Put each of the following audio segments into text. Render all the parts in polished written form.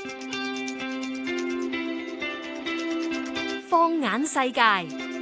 放眼世界，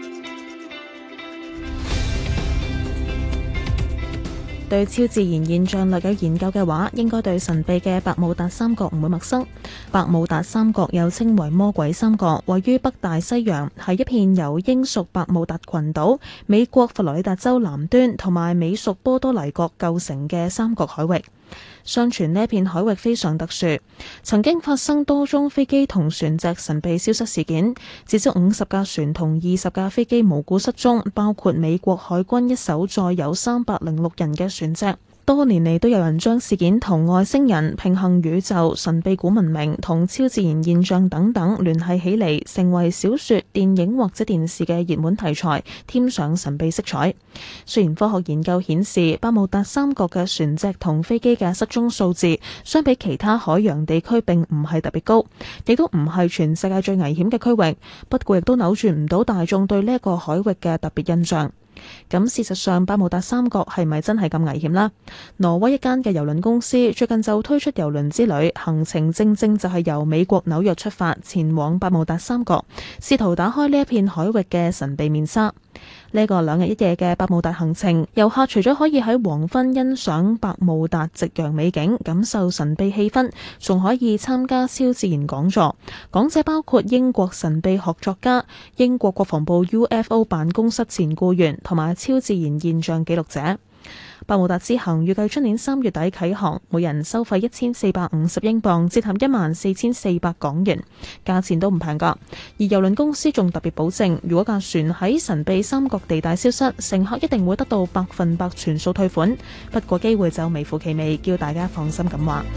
對超自然現象略有研究嘅話，應該對神秘嘅百慕達三角唔會陌生。百慕達三角又稱為魔鬼三角，位於北大西洋，係一片由英屬百慕達群島、美國佛羅里達州南端同埋美屬波多黎各構成嘅三角海域。相傳呢片海域非常特殊，曾經發生多宗飛機同船隻神秘消失事件，至少50架船同20架飛機無故失蹤，包括美國海軍一艘載有306人嘅船隻。多年嚟都有人將事件同外星人、平行宇宙、神秘古文明同超自然現象等等聯繫起嚟，成為小說、電影或者電視嘅熱門題材，添上神秘色彩。雖然科學研究顯示百慕達三角嘅船隻同飛機嘅失蹤數字相比其他海洋地區並唔係特別高，亦都唔係全世界最危險嘅區域，不過亦都扭轉唔到大眾對呢一個海域嘅特別印象。咁事實上，百慕達三角係咪真係咁危險呢？挪威一間嘅郵輪公司最近就推出郵輪之旅，行程正正就係由美國紐約出發，前往百慕達三角，試圖打開呢一片海域嘅神秘面紗。呢個2日1夜嘅百慕達行程，遊客除咗可以喺黃昏欣賞百慕達夕陽美景，感受神秘氣氛，仲可以參加超自然講座。講者包括英國神秘學作家、英國國防部 UFO 辦公室前僱員同埋超自然現象記錄者。百慕達之行預計出年3月底啟航，每人收費1450英鎊，折合14400港元，價錢都唔平㗎。而郵輪公司仲特別保證，如果架船喺神秘三角地帶消失，乘客一定會得到100%全數退款。不過機會就微乎其微，叫大家放心咁話。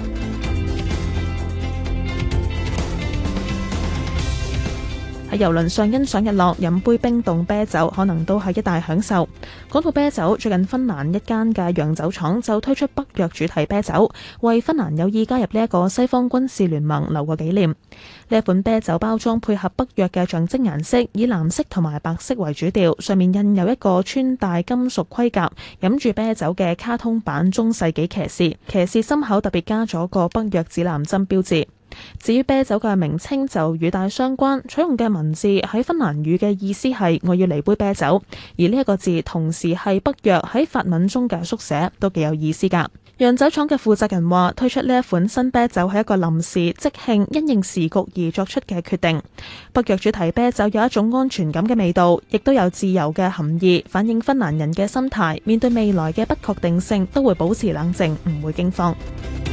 喺郵輪上欣賞日落，飲杯冰凍啤酒，可能都係一大享受。講到啤酒，最近芬蘭一間嘅洋酒廠就推出北約主題啤酒，為芬蘭有意加入呢一個西方軍事聯盟留個紀念。呢一款啤酒包裝配合北約嘅象徵顏色，以藍色同埋白色為主調，上面印有一個穿戴金屬盔甲、飲住啤酒嘅卡通版中世紀騎士，騎士心口特別加咗個北約指南針標誌。至於啤酒嘅名稱就語帶相關，採用嘅文字喺芬蘭語嘅意思係我要嚟杯啤酒，而呢一個字同時係北約喺法文中嘅縮寫，都幾有意思㗎。洋酒廠嘅負責人話，推出呢一款新啤酒係一個臨時即興因應時局而作出嘅決定。北約主題啤酒有一種安全感嘅味道，亦都有自由嘅含義，反映芬蘭人嘅心態，面對未來嘅不確定性都會保持冷靜，唔會驚慌。